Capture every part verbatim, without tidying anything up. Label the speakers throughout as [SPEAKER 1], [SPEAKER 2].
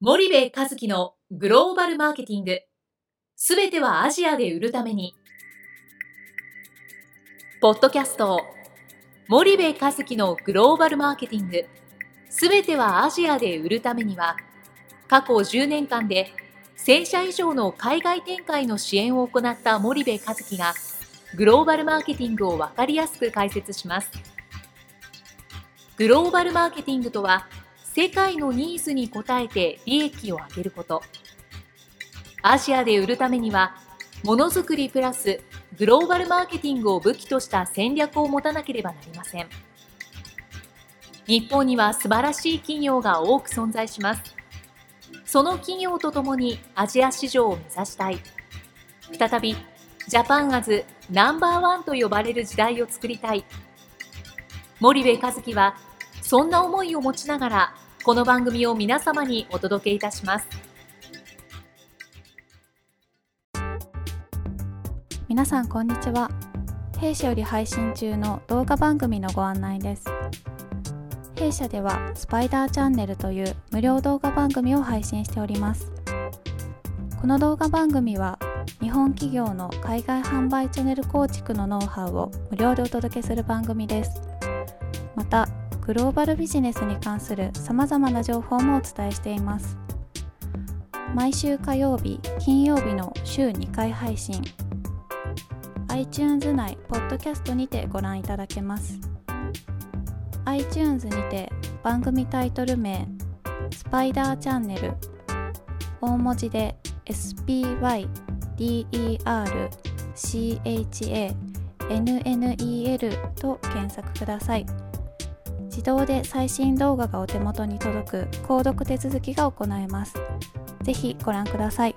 [SPEAKER 1] 森部一樹のグローバルマーケティング。すべてはアジアで売るために。ポッドキャスト森部一樹のグローバルマーケティング。すべてはアジアで売るためには、過去じゅうねんかんでせんしゃ以上の海外展開の支援を行った森部一樹が、グローバルマーケティングをわかりやすく解説します。グローバルマーケティングとは、世界のニーズに応えて利益を上げること。アジアで売るためには、ものづくりプラスグローバルマーケティングを武器とした戦略を持たなければなりません。日本には素晴らしい企業が多く存在します。その企業とともにアジア市場を目指したい。再び、ジャパンアズナンバーワンと呼ばれる時代を作りたい。森部一樹は、そんな思いを持ちながら、この番組を皆様にお届けいたします。
[SPEAKER 2] 皆さんこんにちは。弊社より配信中の動画番組のご案内です。弊社ではスパイダーチャンネルという無料動画番組を配信しております。この動画番組は日本企業の海外販売チャンネル構築のノウハウを無料でお届けする番組です。またグローバルビジネスに関するさまざまな情報もお伝えしています。毎週火曜日、金曜日の週にかい配信。iTunes 内、ポッドキャストにてご覧いただけます。iTunes にて番組タイトル名、スパイダーチャンネル、大文字で エスピーワイディーイーアールシーエイチエーエヌエヌイーエル と検索ください。自動で最新動画がお手元に届く購読手続きが行えます。ぜひご覧ください。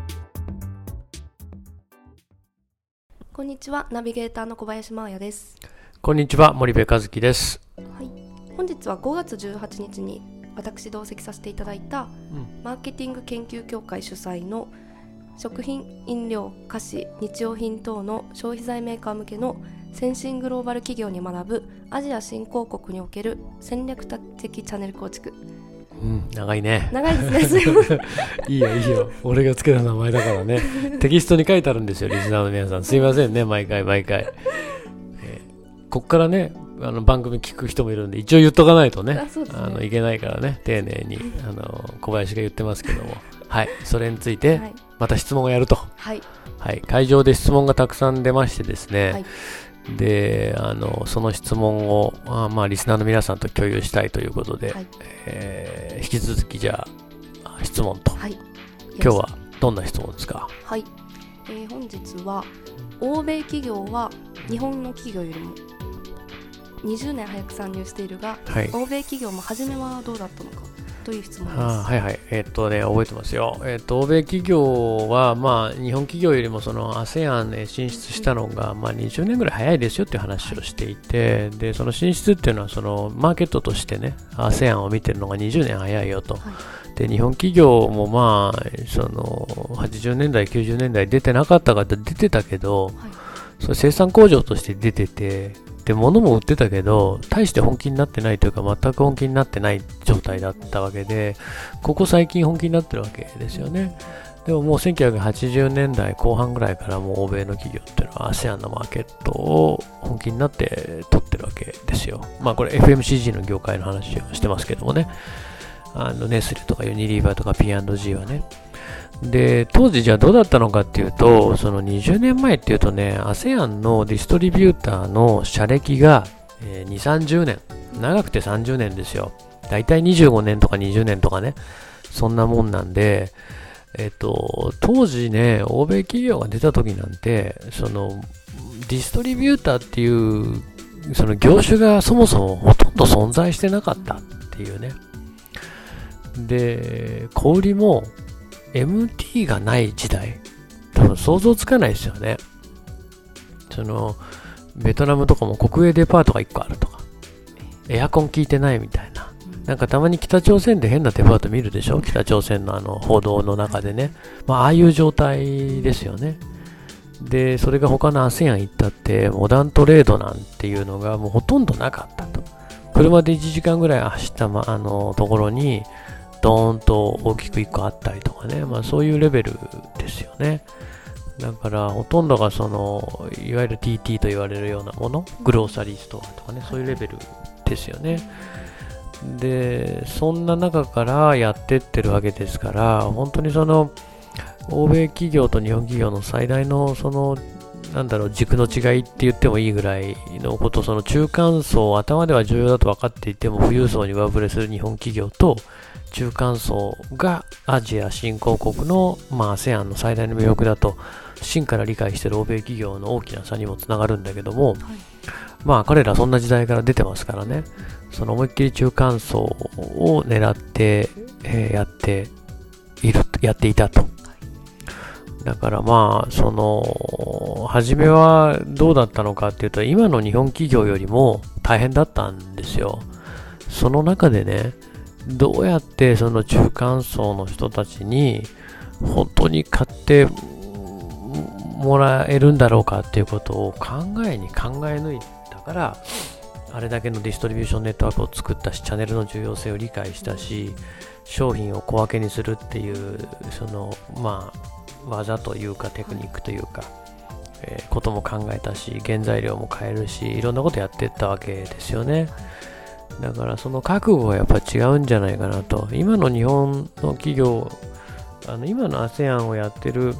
[SPEAKER 3] こんにちは、ナビゲーターの小林真彩です。
[SPEAKER 4] こんにちは、森部一樹です。
[SPEAKER 3] はい、本日はごがつじゅうはちにちに私同席させていただいた、うん、マーケティング研究協会主催の食品、飲料、菓子、日用品等の消費財メーカー向けの先進グローバル企業に学ぶアジア新興国における戦略的チャンネル構築。
[SPEAKER 4] うん、長いね。
[SPEAKER 3] 長いですね。
[SPEAKER 4] いいよいいよ。俺がつけた名前だからね。テキストに書いてあるんですよ、リスナーの皆さん。すいませんね、毎回毎回。えー、こっからね、あの番組聞く人もいるんで、一応言っとかないとね、あ、そうですね、あのいけないからね、丁寧にあの小林が言ってますけども、はい、それについて、はい、また質問をやると。はい。はい、会場で質問がたくさん出ましてですね。はい、であのその質問をあ、まあ、リスナーの皆さんと共有したいということで、はい、えー、引き続きじゃあ質問と、はい、今日はどんな質問ですか？
[SPEAKER 3] はい、えー、本日は欧米企業は日本の企業よりもにじゅうねん早く参入しているが、はい、欧米企業も初めはどうだったのかという質問です。
[SPEAKER 4] あ、はいはい、えー、っとね覚えてますよ。えー、っと欧米企業はまあ日本企業よりもその アセアン へ進出したのがまあにじゅうねんぐらい早いですよっていう話をしていて、でその進出っていうのはそのマーケットとしてね アセアン を見てるのがにじゅうねん早いよと。はい、で日本企業もまあそのはちじゅうねんだいきゅうじゅうねんだい出てなかった方出てたけど、はい、それ生産工場として出てて。で物も売ってたけど大して本気になってないというか全く本気になってない状態だったわけで、ここ最近本気になってるわけですよね。でももうせんきゅうひゃくはちじゅうねんだいこう半ぐらいからもう欧米の企業っていうのは アセアン のマーケットを本気になって取ってるわけですよ。まあこれ エフエムシージー の業界の話をしてますけどもね、あのネスレとかユニリーバーとか ピーアンドジー はね。で当時じゃあどうだったのかっていうと、そのにじゅうねんまえっていうとね アセアン のディストリビューターの社歴が、えー、にじゅう、さんじゅうねん、長くてさんじゅうねんですよ。だいたいにじゅうごねんとかにじゅうねんとかね、そんなもんなんで、えっと当時ね欧米企業が出た時なんてそのディストリビューターっていうその業種がそもそもほとんど存在してなかったっていうね。で小売りもエムティー がない時代、多分想像つかないですよね。そのベトナムとかも国営デパートがいっこあるとか、エアコン効いてないみたいな、なんかたまに北朝鮮で変なデパート見るでしょ、北朝鮮のあの報道の中でね、まあああいう状態ですよね。でそれが他の アセアン 行ったってモダントレードなんていうのがもうほとんどなかったと。車でいちじかんぐらい走った、ま、あのところにドーンと大きくいっこあったりとかね、まあそういうレベルですよね。だからほとんどがそのいわゆる ティーティー と言われるようなもの、グローサリーストアとかね、そういうレベルですよね。で、そんな中からやってってるわけですから、本当にその欧米企業と日本企業の最大のそのなんだろう軸の違いって言ってもいいぐらいのこと、その中間層、頭では重要だと分かっていても富裕層に上振れする日本企業と、中間層がアジア新興国の、まあ、アセアン の最大の魅力だと真から理解している欧米企業の大きな差にもつながるんだけども、はい、まあ彼らそんな時代から出てますからね、その思いっきり中間層を狙って、えー、やっているやっていたと。だからまあその初めはどうだったのかっていうと、今の日本企業よりも大変だったんですよ。その中でね、どうやってその中間層の人たちに本当に買ってもらえるんだろうかっていうことを考えに考え抜いたから、あれだけのディストリビューションネットワークを作ったし、チャンネルの重要性を理解したし、商品を小分けにするっていうそのまあ技というかテクニックというか、えー、ことも考えたし、原材料も変えるし、いろんなことやっていったわけですよね。だからその覚悟はやっぱ違うんじゃないかなと。今の日本の企業、あの今の アセアン をやってる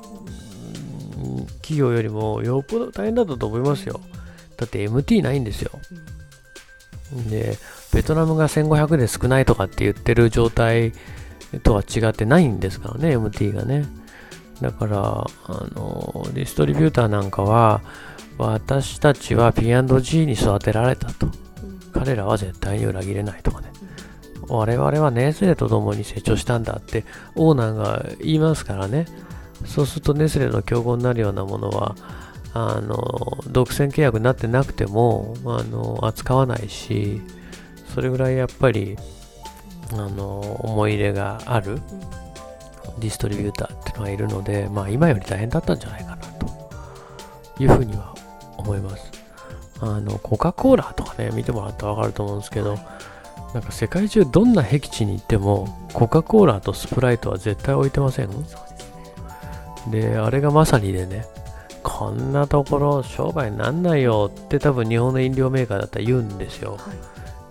[SPEAKER 4] 企業よりもよっぽど大変だったと思いますよ。だって エムティー ないんですよ。で、ベトナムがせんごひゃくで少ないとかって言ってる状態とは違ってないんですからね、エムティー がね。だから、あの、ディストリビューターなんかは、私たちは ピーアンドジー に育てられたと。彼らは絶対に裏切れないとかね。我々はネスレと共に成長したんだってオーナーが言いますからね。そうするとネスレの競合になるようなものは、あの、独占契約になってなくても、あの、扱わないし、それぐらいやっぱり、あの、思い入れがあるディストリビューターっていうのがいるので、まあ今より大変だったんじゃないかなというふうには思います。あのコカ・コーラとかね見てもらったら分かると思うんですけど、なんか世界中どんな僻地に行ってもコカ・コーラとスプライトは絶対置いてません。で、あれがまさにでね、こんなところ商売になんないよって多分日本の飲料メーカーだったら言うんですよ、はい、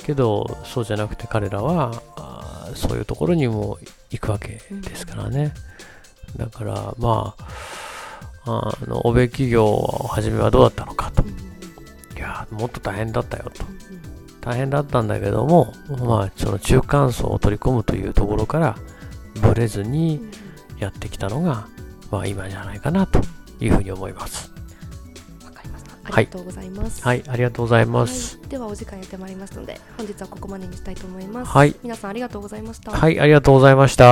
[SPEAKER 4] けどそうじゃなくて彼らはそういうところにも行くわけですからね、うん、だからまあ、あの欧米企業は初めはどうだったのかと、いやもっと大変だったよと、大変だったんだけども、まあその中間層を取り込むというところからブレずにやってきたのが、まあ今じゃないかなというふうに思います。
[SPEAKER 3] わかりました。ありがとうございます。
[SPEAKER 4] はい、はい、ありがとうございます。
[SPEAKER 3] はい、ではお時間やってまいりますので、本日はここまでにしたいと思います。
[SPEAKER 4] はい。
[SPEAKER 3] 皆さんありがとうございました。
[SPEAKER 4] はい、ありがとうございました。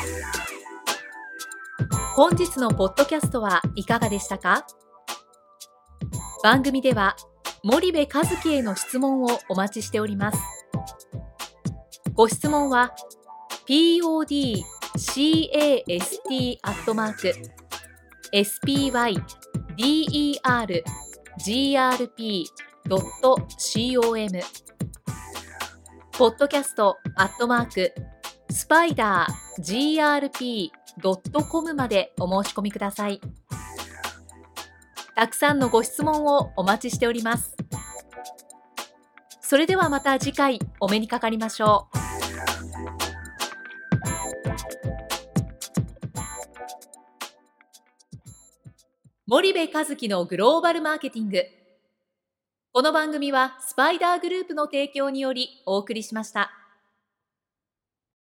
[SPEAKER 1] 本日のポッドキャストはいかがでしたか？番組では森部一樹への質問をお待ちしております。ご質問は ピーオーディーキャスト アットマーク エスピーワイディーイーアールジーアールピー ドット コム ポッドキャストアットマークスパイダー ジーアールピー ドット コム までお申し込みください。たくさんのご質問をお待ちしております。それではまた次回お目にかかりましょう。森部一樹のグローバルマーケティング。この番組はスパイダーグループの提供によりお送りしました。